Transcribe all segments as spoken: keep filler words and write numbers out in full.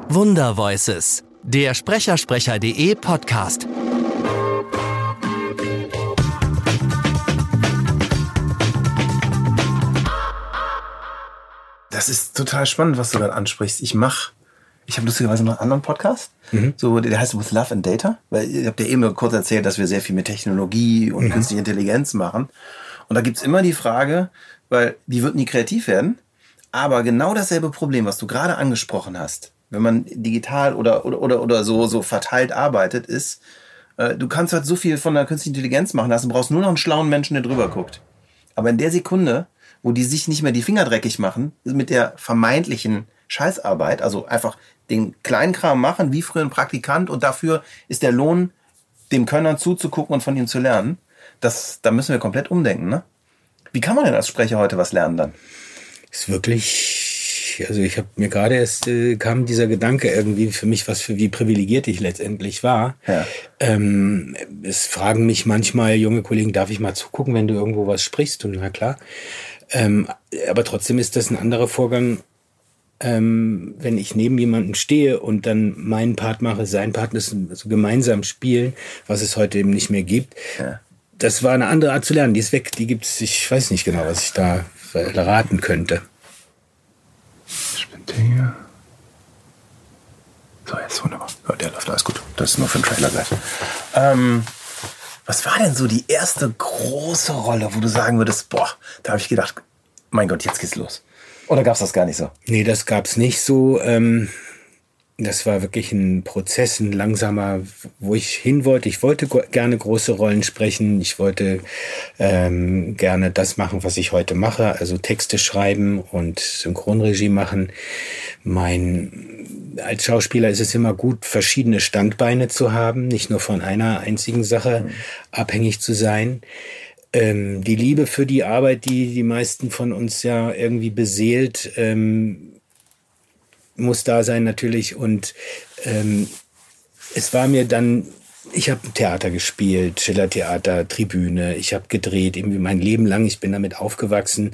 Wundervoices, der Sprechersprecher.de Podcast. Das ist total spannend, was du gerade ansprichst. Ich mache, ich habe lustigerweise noch einen anderen Podcast, mhm. so, der heißt With Love and Data, weil ich habe dir eben kurz erzählt, dass wir sehr viel mit Technologie und mhm. künstliche Intelligenz machen. Und da gibt's immer die Frage, weil die wird nie kreativ werden, aber genau dasselbe Problem, was du gerade angesprochen hast, wenn man digital oder oder oder, oder so so verteilt arbeitet, ist, äh, du kannst halt so viel von der künstlichen Intelligenz machen lassen, du brauchst nur noch einen schlauen Menschen, der drüber guckt. Aber in der Sekunde, wo die sich nicht mehr die Finger dreckig machen, mit der vermeintlichen Scheißarbeit, also einfach den Kleinkram machen, wie früher ein Praktikant, und dafür ist der Lohn, dem Könnern zuzugucken und von ihm zu lernen. Das, da müssen wir komplett umdenken, ne? Wie kann man denn als Sprecher heute was lernen dann? Ist wirklich, also ich habe mir gerade erst, äh, kam dieser Gedanke irgendwie für mich, was für wie privilegiert ich letztendlich war. Ja. Ähm, es fragen mich manchmal junge Kollegen, darf ich mal zugucken, wenn du irgendwo was sprichst? Und na klar. Ähm, aber trotzdem ist das ein anderer Vorgang, ähm, wenn ich neben jemandem stehe und dann meinen Part mache, sein Part ist so gemeinsam spielen, was es heute eben nicht mehr gibt. Ja. Das war eine andere Art zu lernen, die ist weg, die gibt's, ich weiß nicht genau, was ich da raten könnte. Spinnt hier. So, jetzt wunderbar. Ja, der läuft, alles gut. Das ist nur für den Trailer gleich. Ähm, was war denn so die erste große Rolle, wo du sagen würdest, boah, da habe ich gedacht, mein Gott, jetzt geht's los. Oder gab's das gar nicht so? Nee, das gab's nicht so. Ähm, das war wirklich ein Prozess, ein langsamer, wo ich hin wollte. Ich wollte go- gerne große Rollen sprechen. Ich wollte ähm, gerne das machen, was ich heute mache, also Texte schreiben und Synchronregie machen. Mein, als Schauspieler ist es immer gut, verschiedene Standbeine zu haben, nicht nur von einer einzigen Sache mhm. abhängig zu sein. Ähm, die Liebe für die Arbeit, die die meisten von uns ja irgendwie beseelt, ähm, muss da sein natürlich. Und ähm, es war mir dann, ich habe Theater gespielt, Schillertheater, Tribüne, ich habe gedreht, irgendwie mein Leben lang, ich bin damit aufgewachsen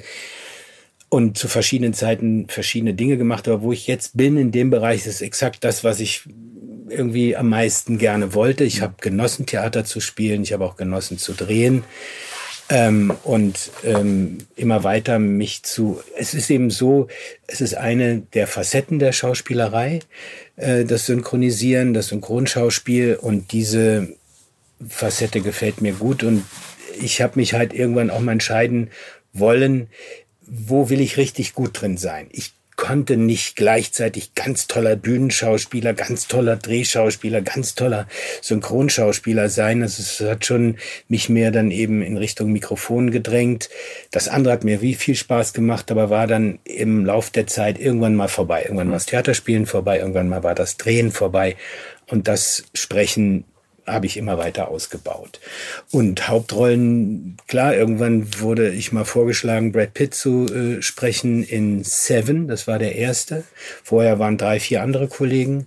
und zu verschiedenen Zeiten verschiedene Dinge gemacht. Aber wo ich jetzt bin, in dem Bereich, ist exakt das, was ich irgendwie am meisten gerne wollte. Ich habe genossen, Theater zu spielen, ich habe auch genossen zu drehen. Ähm, und ähm, immer weiter mich zu, es ist eben so, es ist eine der Facetten der Schauspielerei, äh, das Synchronisieren, das Synchronschauspiel, und diese Facette gefällt mir gut, und ich habe mich halt irgendwann auch mal entscheiden wollen, wo will ich richtig gut drin sein. Ich konnte nicht gleichzeitig ganz toller Bühnenschauspieler, ganz toller Drehschauspieler, ganz toller Synchronschauspieler sein. Also es hat schon mich mehr dann eben in Richtung Mikrofon gedrängt. Das andere hat mir wie viel Spaß gemacht, aber war dann im Lauf der Zeit irgendwann mal vorbei. Irgendwann war das Theaterspielen vorbei, irgendwann mal war das Drehen vorbei, und das Sprechen habe ich immer weiter ausgebaut. Und Hauptrollen, klar, irgendwann wurde ich mal vorgeschlagen, Brad Pitt zu äh, sprechen in Seven, das war der erste. Vorher waren drei, vier andere Kollegen.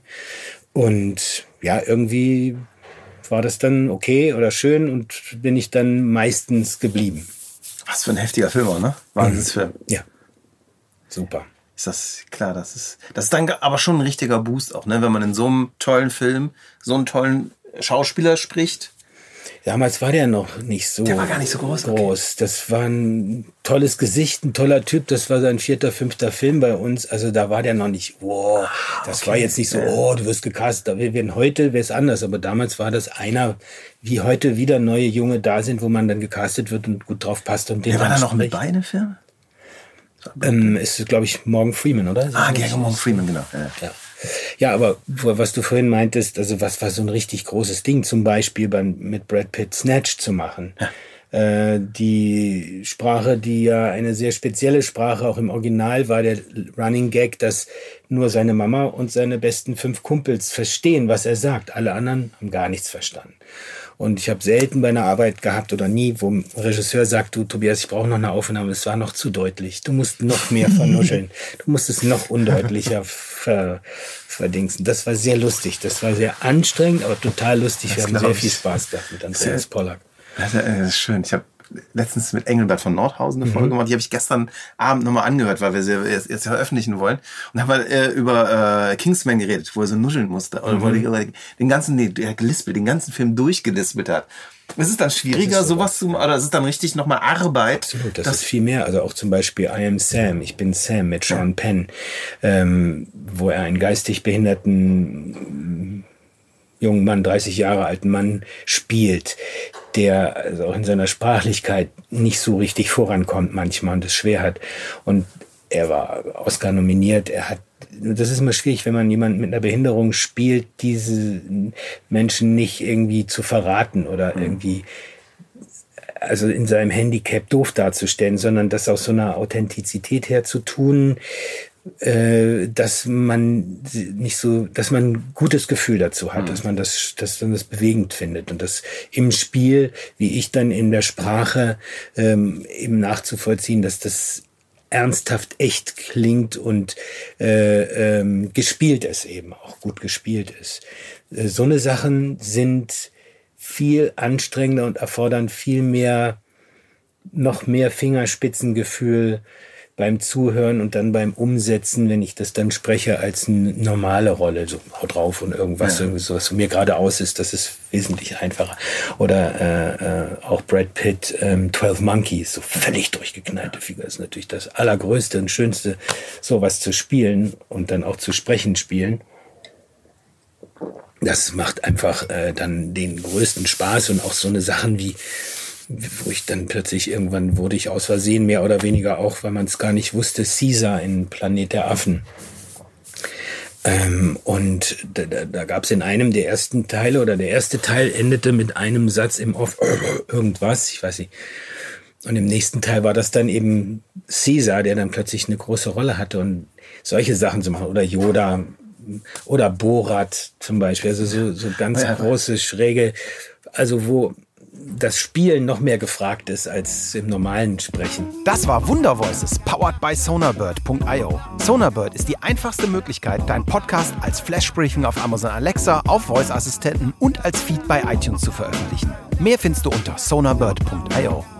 Und ja, irgendwie war das dann okay oder schön, und bin ich dann meistens geblieben. Was für ein heftiger Film auch, ne? Wahnsinnsfilm. Mhm. Ja, super. Ist das klar, das ist, das ist dann aber schon ein richtiger Boost auch, ne? Wenn man in so einem tollen Film so einen tollen Schauspieler spricht. Damals war der noch nicht so Der war gar nicht so groß. groß. Okay. Das war ein tolles Gesicht, ein toller Typ. Das war sein vierter, fünfter Film bei uns. Also da war der noch nicht, wow, das okay. war jetzt nicht so, oh, du wirst gecastet. Wir werden heute, wäre es anders. Aber damals war das einer, wie heute wieder neue Junge da sind, wo man dann gecastet wird und gut drauf passt. Und den Wer war da noch mit bei in dem Film? Ähm, ist, glaube ich, Morgan Freeman, oder? Ah, ja, Morgan Freeman, genau. Ja. ja. Ja, aber was du vorhin meintest, also was war so ein richtig großes Ding, zum Beispiel beim, mit Brad Pitt Snatch zu machen. Ja. Äh, die Sprache, die ja eine sehr spezielle Sprache auch im Original war, der Running Gag, dass nur seine Mama und seine besten fünf Kumpels verstehen, was er sagt. Alle anderen haben gar nichts verstanden. Und ich habe selten bei einer Arbeit gehabt oder nie, wo ein Regisseur sagt, du Tobias, ich brauche noch eine Aufnahme, es war noch zu deutlich. Du musst noch mehr vernuscheln. Du musst es noch undeutlicher ver, verdingsen. Das war sehr lustig. Das war sehr anstrengend, aber total lustig. Das Wir haben sehr viel Spaß gehabt mit Andreas Pollack. Das ist schön. Ich habe letztens mit Engelbert von Nordhausen eine Folge mhm. gemacht. Die habe ich gestern Abend nochmal angehört, weil wir sie jetzt, jetzt veröffentlichen wollen. Und haben wir äh, über äh, Kingsman geredet, wo er so nuscheln musste. Oder mhm. wo er den ganzen, nee, der gelispelt, den ganzen Film durchgelispelt hat. Es ist dann schwieriger, ist sowas zu machen, oder es ist dann richtig nochmal Arbeit. Absolut, das ist viel mehr. Also auch zum Beispiel I Am Sam, ich bin Sam mit Sean Penn, ähm, wo er einen geistig behinderten jungen Mann, dreißig Jahre alten Mann spielt, der also auch in seiner Sprachlichkeit nicht so richtig vorankommt manchmal und es schwer hat. Und er war Oscar nominiert, er hat, das ist immer schwierig, wenn man jemanden mit einer Behinderung spielt, diese Menschen nicht irgendwie zu verraten oder mhm. irgendwie, also in seinem Handicap doof darzustellen, sondern das aus so einer Authentizität her zu tun, äh, dass man nicht so, dass man ein gutes Gefühl dazu hat, mhm. dass man das, dass man das bewegend findet und das im Spiel, wie ich dann in der Sprache ähm, eben nachzuvollziehen, dass das ernsthaft echt klingt und äh, ähm, gespielt ist eben, auch gut gespielt ist. Äh, so eine Sachen sind viel anstrengender und erfordern viel mehr, noch mehr Fingerspitzengefühl beim Zuhören und dann beim Umsetzen, wenn ich das dann spreche, als eine normale Rolle, so haut drauf und irgendwas, ja. irgendwie so, was mir gerade aus ist, das ist wesentlich einfacher. Oder äh, äh, auch Brad Pitt, ähm, twelve Monkeys, so völlig durchgeknallte Figur, ist natürlich das allergrößte und schönste, sowas zu spielen und dann auch zu sprechen spielen. Das macht einfach äh, dann den größten Spaß und auch so eine Sachen wie, wo ich dann plötzlich irgendwann wurde ich aus Versehen mehr oder weniger auch, weil man es gar nicht wusste, Caesar in Planet der Affen. Ähm, und da, da, da gab es in einem der ersten Teile oder der erste Teil endete mit einem Satz im Off irgendwas, ich weiß nicht. Und im nächsten Teil war das dann eben Caesar, der dann plötzlich eine große Rolle hatte und solche Sachen zu machen oder Yoda oder Borat zum Beispiel, also so, so ganz ja. große, schräge, also wo das Spielen noch mehr gefragt ist als im normalen Sprechen. Das war Wundervoices, powered by Sonarbird punkt io. Sonarbird ist die einfachste Möglichkeit, deinen Podcast als Flashbriefing auf Amazon Alexa, auf Voice-Assistenten und als Feed bei iTunes zu veröffentlichen. Mehr findest du unter sonarbird punkt io.